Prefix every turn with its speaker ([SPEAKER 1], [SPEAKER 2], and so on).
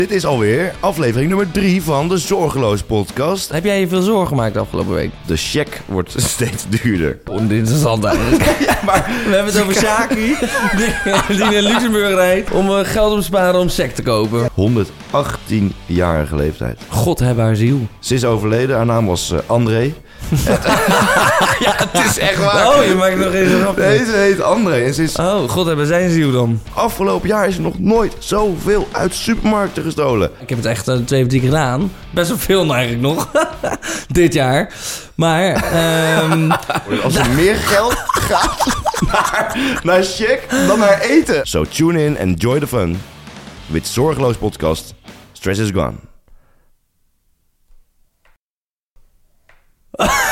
[SPEAKER 1] Dit is alweer aflevering nummer 3 van de Zorgeloos podcast.
[SPEAKER 2] Heb jij je veel zorgen gemaakt de afgelopen week?
[SPEAKER 1] De check wordt steeds duurder.
[SPEAKER 2] Oninteressant eigenlijk.
[SPEAKER 1] Ja, maar
[SPEAKER 2] We hebben het over Shaki, die naar Luxemburg rijdt om geld op te sparen om sec te kopen.
[SPEAKER 1] 118-jarige leeftijd.
[SPEAKER 2] God heb haar ziel.
[SPEAKER 1] Ze is overleden, haar naam was André. Ja, het is echt waar.
[SPEAKER 2] Oh, je maakt nog eens een grapje.
[SPEAKER 1] Deze heet André en ze is...
[SPEAKER 2] Oh, God hebben zijn ziel dan.
[SPEAKER 1] Afgelopen jaar is er nog nooit zoveel uit supermarkten gestolen.
[SPEAKER 2] Ik heb het echt 2 of 3 keer gedaan. Best wel veel eigenlijk nog. Dit jaar. Maar,
[SPEAKER 1] Als er meer geld gaat naar check dan naar eten. So tune in, enjoy the fun. With Zorgeloos podcast. Stress is gone.